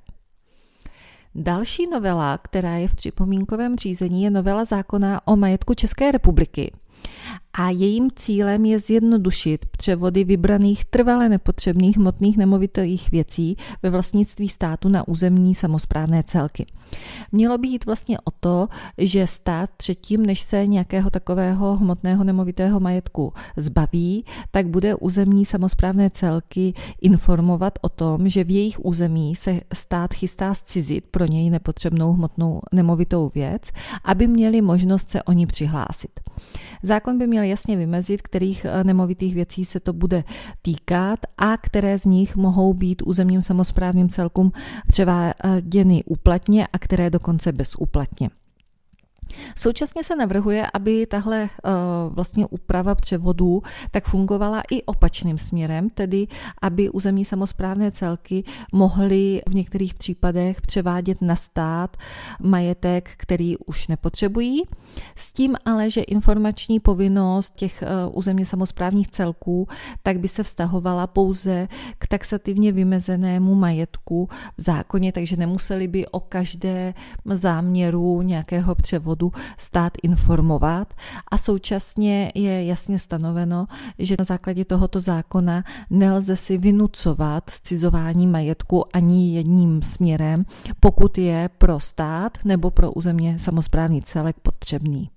Další novela, která je v připomínkovém řízení, je novela zákona o majetku České republiky. A jejím cílem je zjednodušit převody vybraných trvale nepotřebných hmotných nemovitých věcí ve vlastnictví státu na územní samosprávné celky. Mělo by jít vlastně o to, že stát předtím, než se nějakého takového hmotného nemovitého majetku zbaví, tak bude územní samosprávné celky informovat o tom, že v jejich území se stát chystá zcizit pro něj nepotřebnou hmotnou nemovitou věc, aby měli možnost se o ní přihlásit. Zákon by měl jasně vymezit, kterých nemovitých věcí se to bude týkat a které z nich mohou být územním samosprávným celkům převáděny úplatně a které dokonce bezúplatně. Současně se navrhuje, aby tahle vlastně úprava převodů tak fungovala i opačným směrem, tedy aby územní samosprávné celky mohly v některých případech převádět na stát majetek, který už nepotřebují, s tím ale, že informační povinnost těch územně samosprávních celků tak by se vztahovala pouze k taxativně vymezenému majetku v zákoně, takže nemuseli by o každé záměru nějakého převodu stát informovat a současně je jasně stanoveno, že na základě tohoto zákona nelze si vynucovat zcizování majetku ani jedním směrem, pokud je pro stát nebo pro územně samosprávný celek potřebný.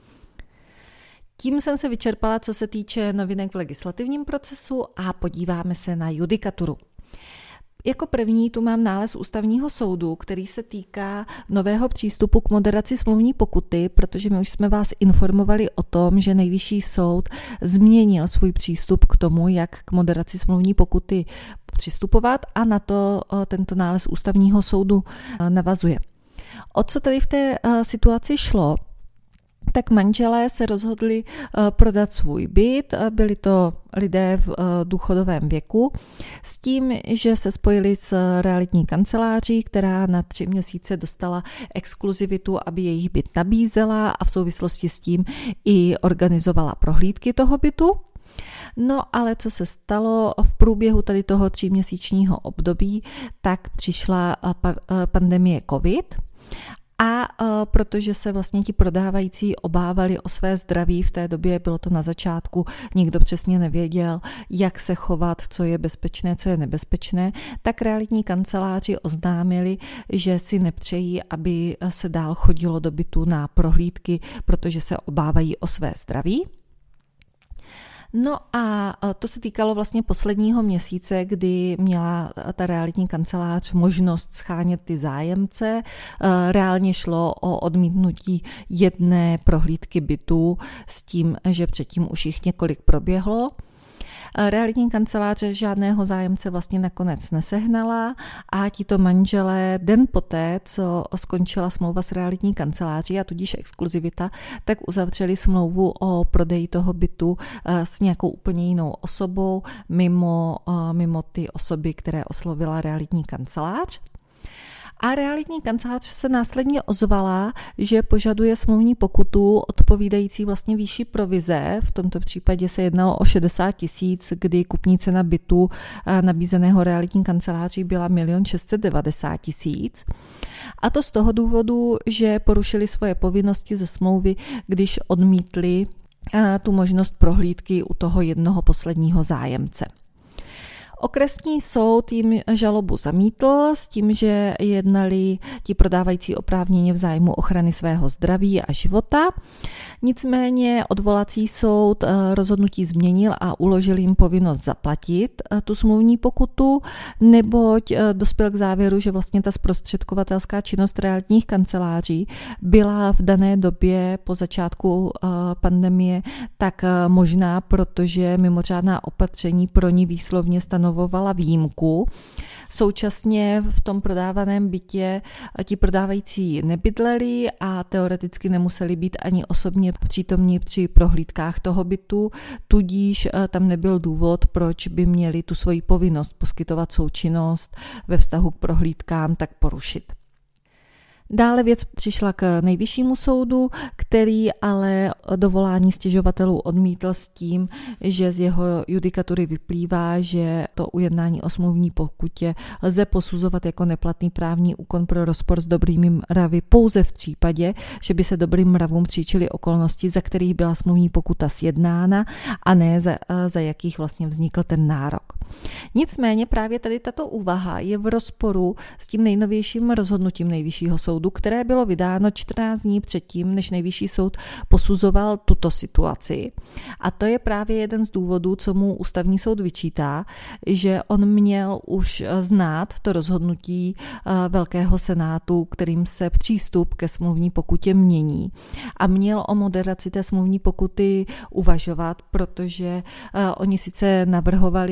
Tím jsem se vyčerpala, co se týče novinek v legislativním procesu a podíváme se na judikaturu. Jako první tu mám nález Ústavního soudu, který se týká nového přístupu k moderaci smluvní pokuty, protože my už jsme vás informovali o tom, že Nejvyšší soud změnil svůj přístup k tomu, jak k moderaci smluvní pokuty přistupovat a na to tento nález Ústavního soudu navazuje. O co tedy v té situaci šlo? Tak manželé se rozhodli prodat svůj byt, byli to lidé v důchodovém věku, s tím, že se spojili s realitní kanceláří, která na 3 měsíce dostala exkluzivitu, aby jejich byt nabízela a v souvislosti s tím i organizovala prohlídky toho bytu. No ale co se stalo v průběhu tady toho 3měsíčního období, tak přišla pandemie COVID. A protože se vlastně ti prodávající obávali o své zdraví, v té době bylo to na začátku, nikdo přesně nevěděl, jak se chovat, co je bezpečné, co je nebezpečné, tak realitní kanceláři oznámili, že si nepřejí, aby se dál chodilo do bytu na prohlídky, protože se obávají o své zdraví. No a to se týkalo vlastně posledního měsíce, kdy měla ta realitní kancelář možnost shánět ty zájemce. Reálně šlo o odmítnutí jedné prohlídky bytu s tím, že předtím už jich několik proběhlo. Realitní kanceláře žádného zájemce vlastně nakonec nesehnala a tito manželé den poté, co skončila smlouva s realitní kanceláří a tudíž exkluzivita, tak uzavřeli smlouvu o prodeji toho bytu s nějakou úplně jinou osobou mimo ty osoby, které oslovila realitní kancelář. A realitní kancelář se následně ozvala, že požaduje smluvní pokutu odpovídající vlastně výši provize. V tomto případě se jednalo o 60 000, kdy kupní cena bytu nabízeného realitní kanceláří byla 1 690 000. A to z toho důvodu, že porušili svoje povinnosti ze smlouvy, když odmítli tu možnost prohlídky u toho jednoho posledního zájemce. Okresní soud jim žalobu zamítl s tím, že jednali ti prodávající oprávněně v zájmu ochrany svého zdraví a života. Nicméně odvolací soud rozhodnutí změnil a uložil jim povinnost zaplatit tu smluvní pokutu, neboť dospěl k závěru, že vlastně ta zprostředkovatelská činnost realitních kanceláří byla v dané době po začátku pandemie tak možná, protože mimořádná opatření pro ní výslovně stanovovala výjimku. Současně v tom prodávaném bytě ti prodávající nebydleli a teoreticky nemuseli být ani osobně přítomní při prohlídkách toho bytu, tudíž tam nebyl důvod, proč by měli tu svoji povinnost poskytovat součinnost ve vztahu k prohlídkám tak porušit. Dále věc přišla k Nejvyššímu soudu, který ale dovolání stěžovatelů odmítl s tím, že z jeho judikatury vyplývá, že to ujednání o smluvní pokutě lze posuzovat jako neplatný právní úkon pro rozpor s dobrými mravy pouze v případě, že by se dobrým mravům příčily okolnosti, za kterých byla smluvní pokuta sjednána a ne za jakých vlastně vznikl ten nárok. Nicméně právě tady tato úvaha je v rozporu s tím nejnovějším rozhodnutím Nejvyššího soudu, které bylo vydáno 14 dní předtím, než Nejvyšší soud posuzoval tuto situaci. A to je právě jeden z důvodů, co mu Ústavní soud vyčítá, že on měl už znát to rozhodnutí Velkého senátu, kterým se přístup ke smluvní pokutě mění. A měl o moderaci té smluvní pokuty uvažovat, protože oni sice navrhovali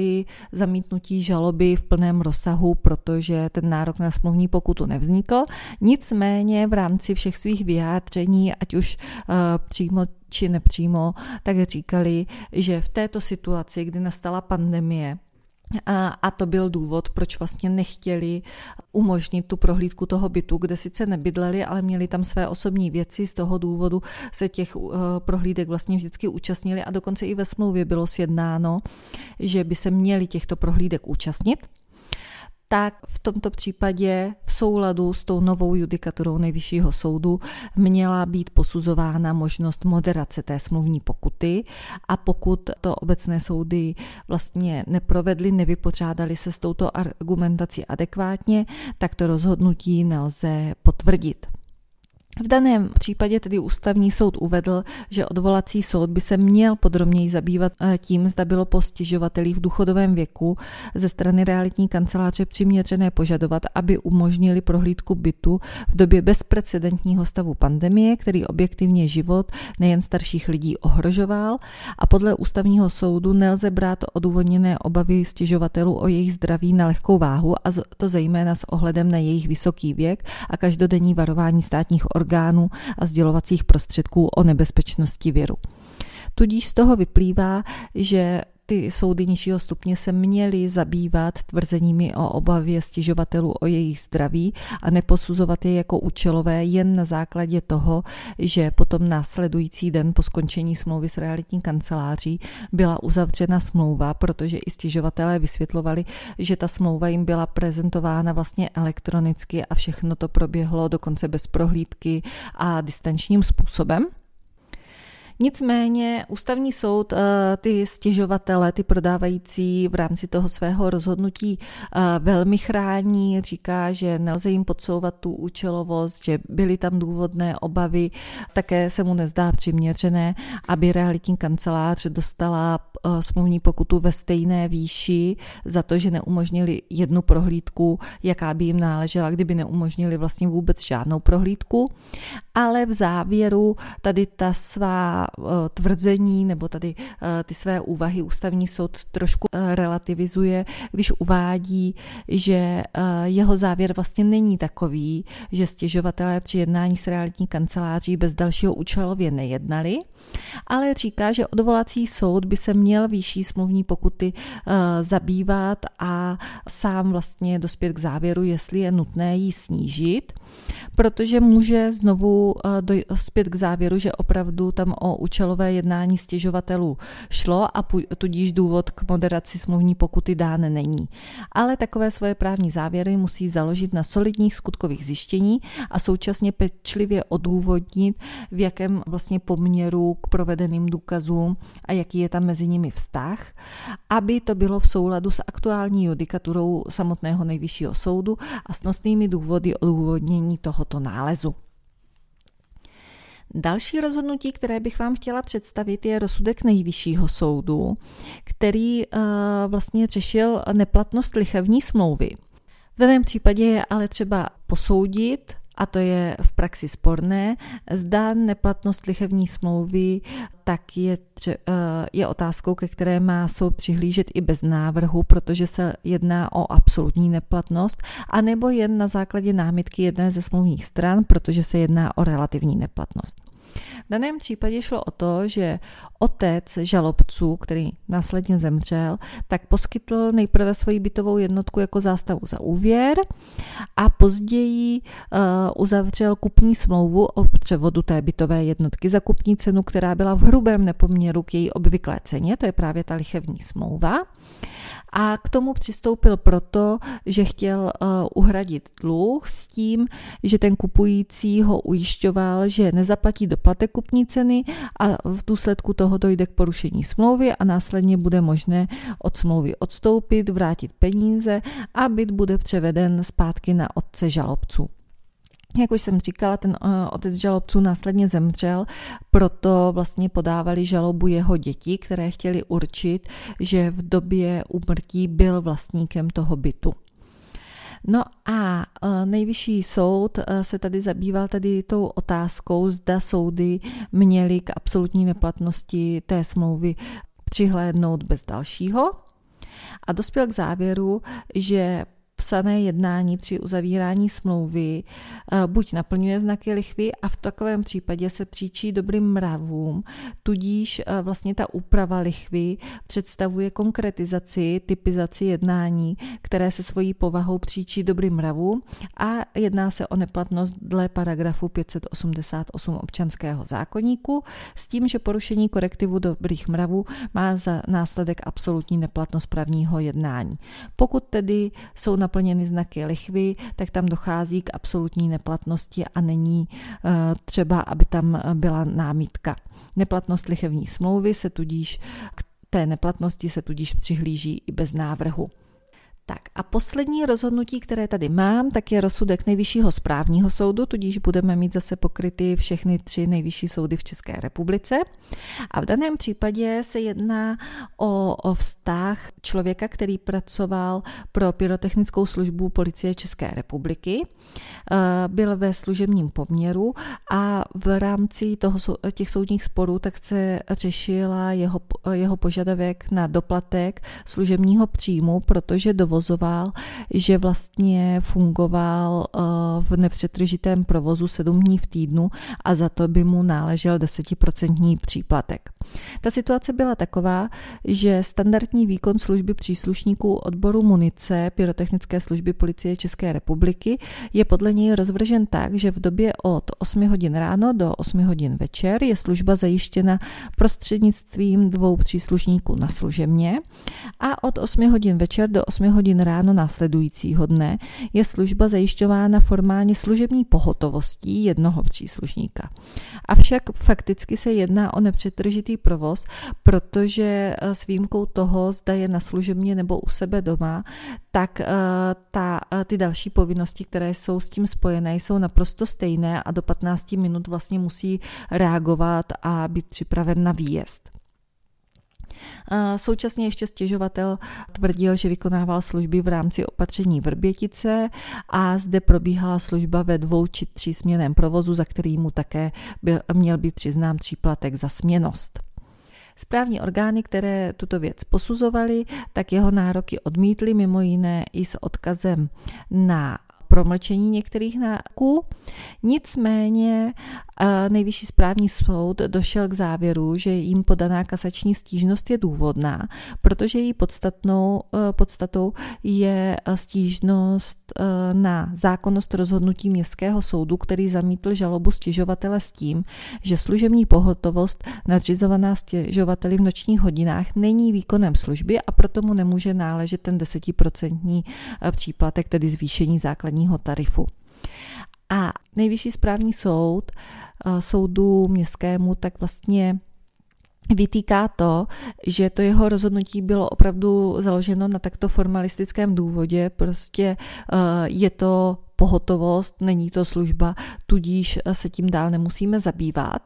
zamítnutí žaloby v plném rozsahu, protože ten nárok na smluvní pokutu nevznikl. Nicméně v rámci všech svých vyjádření, ať už přímo či nepřímo, tak říkali, že v této situaci, kdy nastala pandemie, a to byl důvod, proč vlastně nechtěli umožnit tu prohlídku toho bytu, kde sice nebydleli, ale měli tam své osobní věci, z toho důvodu se těch prohlídek vlastně vždycky účastnili a dokonce i ve smlouvě bylo sjednáno, že by se měli těchto prohlídek účastnit. Tak v tomto případě v souladu s tou novou judikaturou Nejvyššího soudu měla být posuzována možnost moderace té smluvní pokuty a pokud to obecné soudy vlastně neprovedly, nevypořádali se s touto argumentací adekvátně, tak to rozhodnutí nelze potvrdit. V daném případě tedy ústavní soud uvedl, že odvolací soud by se měl podrobněji zabývat tím, zda bylo po stěžovatelích v důchodovém věku ze strany realitní kanceláře přiměřené požadovat, aby umožnili prohlídku bytu v době bezprecedentního stavu pandemie, který objektivně život nejen starších lidí ohrožoval a podle ústavního soudu nelze brát odůvodněné obavy stěžovatelů o jejich zdraví na lehkou váhu a to zejména s ohledem na jejich vysoký věk a každodenní varování státních orgánů a sdělovacích prostředků o nebezpečnosti viru. Tudíž z toho vyplývá, že ty soudy nižšího stupně se měly zabývat tvrzeními o obavě stěžovatelů o jejich zdraví a neposuzovat je jako účelové jen na základě toho, že potom následující den po skončení smlouvy s realitní kanceláří byla uzavřena smlouva, protože i stěžovatelé vysvětlovali, že ta smlouva jim byla prezentována vlastně elektronicky a všechno to proběhlo dokonce bez prohlídky a distančním způsobem. Nicméně ústavní soud ty stěžovatele, ty prodávající v rámci toho svého rozhodnutí velmi chrání, říká, že nelze jim podsouvat tu účelovost, že byly tam důvodné obavy, také se mu nezdá přiměřené, aby realitní kancelář dostala smluvní pokutu ve stejné výši za to, že neumožnili jednu prohlídku, jaká by jim náležela, kdyby neumožnili vlastně vůbec žádnou prohlídku, ale v závěru tady ta svá tvrzení nebo tady ty své úvahy ústavní soud trošku relativizuje, když uvádí, že jeho závěr vlastně není takový, že stěžovatelé při jednání s realitní kanceláří bez dalšího účelově nejednali, ale říká, že odvolací soud by se měl výší smluvní pokuty zabývat a sám vlastně dospět k závěru, jestli je nutné ji snížit, protože může znovu dospět k závěru, že opravdu tam o účelové jednání stěžovatelů šlo a tudíž důvod k moderaci smluvní pokuty dán není. Ale takové svoje právní závěry musí založit na solidních skutkových zjištění a současně pečlivě odůvodnit, v jakém vlastně poměru k provedeným důkazům a jaký je tam mezi nimi vztah, aby to bylo v souladu s aktuální judikaturou samotného Nejvyššího soudu a s nosnými důvody odůvodnění tohoto nálezu. Další rozhodnutí, které bych vám chtěla představit, je rozsudek Nejvyššího soudu, který vlastně řešil neplatnost lichevní smlouvy. V daném případě je ale třeba posoudit, a to je v praxi sporné, zda neplatnost lichevní smlouvy tak je otázkou, ke které má soud přihlížet i bez návrhu, protože se jedná o absolutní neplatnost, anebo jen na základě námitky jedné ze smluvních stran, protože se jedná o relativní neplatnost. V daném případě šlo o to, že otec žalobců, který následně zemřel, tak poskytl nejprve svoji bytovou jednotku jako zástavu za úvěr a později uzavřel kupní smlouvu o převodu té bytové jednotky za kupní cenu, která byla v hrubém nepoměru k její obvyklé ceně, to je právě ta lichevní smlouva. A k tomu přistoupil proto, že chtěl uhradit dluh s tím, že ten kupující ho ujišťoval, že nezaplatí doplatek kupní ceny a v důsledku toho dojde k porušení smlouvy a následně bude možné od smlouvy odstoupit, vrátit peníze a byt bude převeden zpátky na otce žalobců. Jak už jsem říkala, ten otec žalobců následně zemřel, proto vlastně podávali žalobu jeho děti, které chtěli určit, že v době úmrtí byl vlastníkem toho bytu. No a Nejvyšší soud se tady zabýval tady tou otázkou, zda soudy měly k absolutní neplatnosti té smlouvy přihlédnout bez dalšího. A dospěl k závěru, že psané jednání při uzavírání smlouvy buď naplňuje znaky lichvy a v takovém případě se příčí dobrým mravům, tudíž vlastně ta úprava lichvy představuje konkretizaci, typizaci jednání, které se svojí povahou příčí dobrým mravům a jedná se o neplatnost dle paragrafu 588 občanského zákoníku s tím, že porušení korektivu dobrých mravů má za následek absolutní neplatnost právního jednání. Pokud tedy jsou naplněny znaky lichvy, tak tam dochází k absolutní neplatnosti a není třeba, aby tam byla námitka. Neplatnost lichevní smlouvy se tudíž k té neplatnosti se tudíž přihlíží i bez návrhu. Tak a poslední rozhodnutí, které tady mám, tak je rozsudek Nejvyššího správního soudu, tudíž budeme mít zase pokryty všechny 3 nejvyšší soudy v České republice. A v daném případě se jedná o vztah člověka, který pracoval pro pyrotechnickou službu Policie České republiky, byl ve služebním poměru a v rámci těch soudních sporů tak se řešila jeho požadavek na doplatek služebního příjmu, protože dovozoval, že vlastně fungoval v nepřetržitém provozu 7 dní v týdnu a za to by mu náležel 10% příplatek. Ta situace byla taková, že standardní výkon služby příslušníků odboru munice pyrotechnické služby Policie České republiky je podle něj rozvržen tak, že v době od 8 hodin ráno do 8 hodin večer je služba zajištěna prostřednictvím 2 příslušníků na služebně a od 8 hodin večer do 8 hodin ráno následujícího dne je služba zajišťována formálně služební pohotovostí 1 příslušníka. Avšak fakticky se jedná o nepřetržitý provoz, protože s výjimkou toho, zda je na služebně nebo u sebe doma, tak ty další povinnosti, které jsou s tím spojené, jsou naprosto stejné a do 15 minut vlastně musí reagovat a být připraven na výjezd. Současně ještě stěžovatel tvrdil, že vykonával služby v rámci opatření Vrbětice a zde probíhala služba ve 2 či 3 směnném provozu, za který mu také měl být přiznán příplatek za směnnost. Správní orgány, které tuto věc posuzovaly, tak jeho nároky odmítly, mimo jiné i s odkazem na promlčení některých nároků. Nicméně Nejvyšší správní soud došel k závěru, že jim podaná kasační stížnost je důvodná, protože její podstatou je stížnost na zákonnost rozhodnutí městského soudu, který zamítl žalobu stěžovatele s tím, že služební pohotovost nadřizovaná stěžovateli v nočních hodinách není výkonem služby a proto mu nemůže náležet ten 10% příplatek, tedy zvýšení základního tarifu. A Nejvyšší správní soud soudu městskému tak vlastně vytýká to, že to jeho rozhodnutí bylo opravdu založeno na takto formalistickém důvodě, prostě je to pohotovost, není to služba, tudíž se tím dál nemusíme zabývat.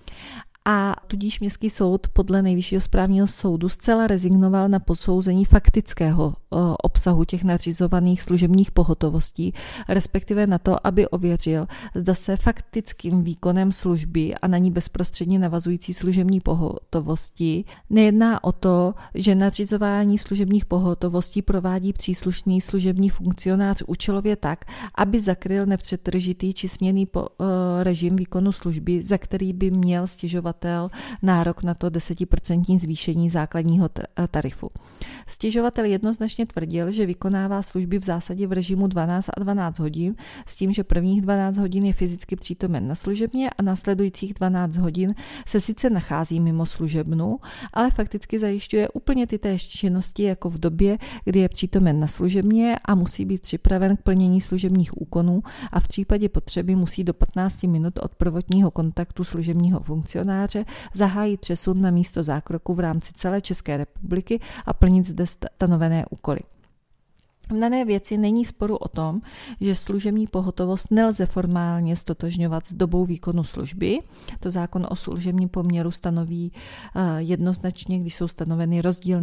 A tudíž městský soud podle Nejvyššího správního soudu zcela rezignoval na posouzení faktického obsahu těch nařizovaných služebních pohotovostí, respektive na to, aby ověřil, zda se faktickým výkonem služby a na ní bezprostředně navazující služební pohotovosti nejedná o to, že nařizování služebních pohotovostí provádí příslušný služební funkcionář účelově tak, aby zakryl nepřetržitý či směnný režim výkonu služby, za který by měl stěžovatel nárok na to 10% zvýšení základního tarifu. Stěžovatel jednoznačně tvrdil, že vykonává služby v zásadě v režimu 12 a 12 hodin, s tím, že prvních 12 hodin je fyzicky přítomen na služebně a následujících 12 hodin se sice nachází mimo služebnu, ale fakticky zajišťuje úplně ty též činnosti jako v době, kdy je přítomen na služebně a musí být připraven k plnění služebních úkonů a v případě potřeby musí do 15 minut od prvotního kontaktu služebního funkcionáře zahájit přesun na místo zákroku v rámci celé České republiky a plnit zde stanovené úkoly. V dané věci není sporu o tom, že služební pohotovost nelze formálně stotožňovat s dobou výkonu služby. To zákon o služebním poměru stanoví jednoznačně, když jsou stanoveny rozdílné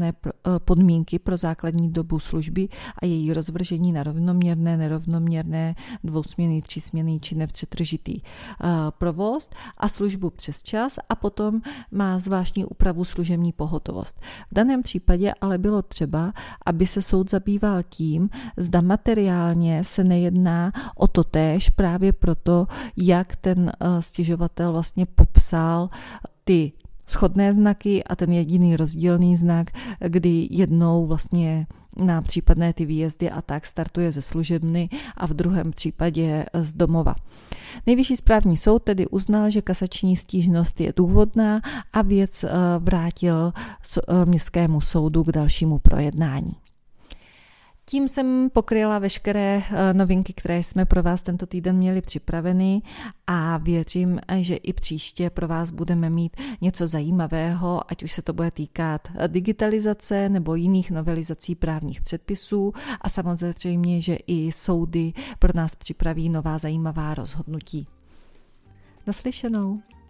podmínky pro základní dobu služby a její rozvržení na rovnoměrné, nerovnoměrné, dvousměnný, třísměnný či nepřetržitý provoz a službu přes čas a potom má zvláštní úpravu služební pohotovost. V daném případě ale bylo třeba, aby se soud zabýval tím, zda materiálně se nejedná o totéž právě proto, jak ten stěžovatel vlastně popsal ty shodné znaky a ten jediný rozdílný znak, kdy jednou vlastně na případné ty výjezdy a tak startuje ze služebny a v druhém případě z domova. Nejvyšší správní soud tedy uznal, že kasační stížnost je důvodná a věc vrátil městskému soudu k dalšímu projednání. Tím jsem pokryla veškeré novinky, které jsme pro vás tento týden měli připraveny a věřím, že i příště pro vás budeme mít něco zajímavého, ať už se to bude týkat digitalizace nebo jiných novelizací právních předpisů a samozřejmě, že i soudy pro nás připraví nová zajímavá rozhodnutí. Naslyšenou.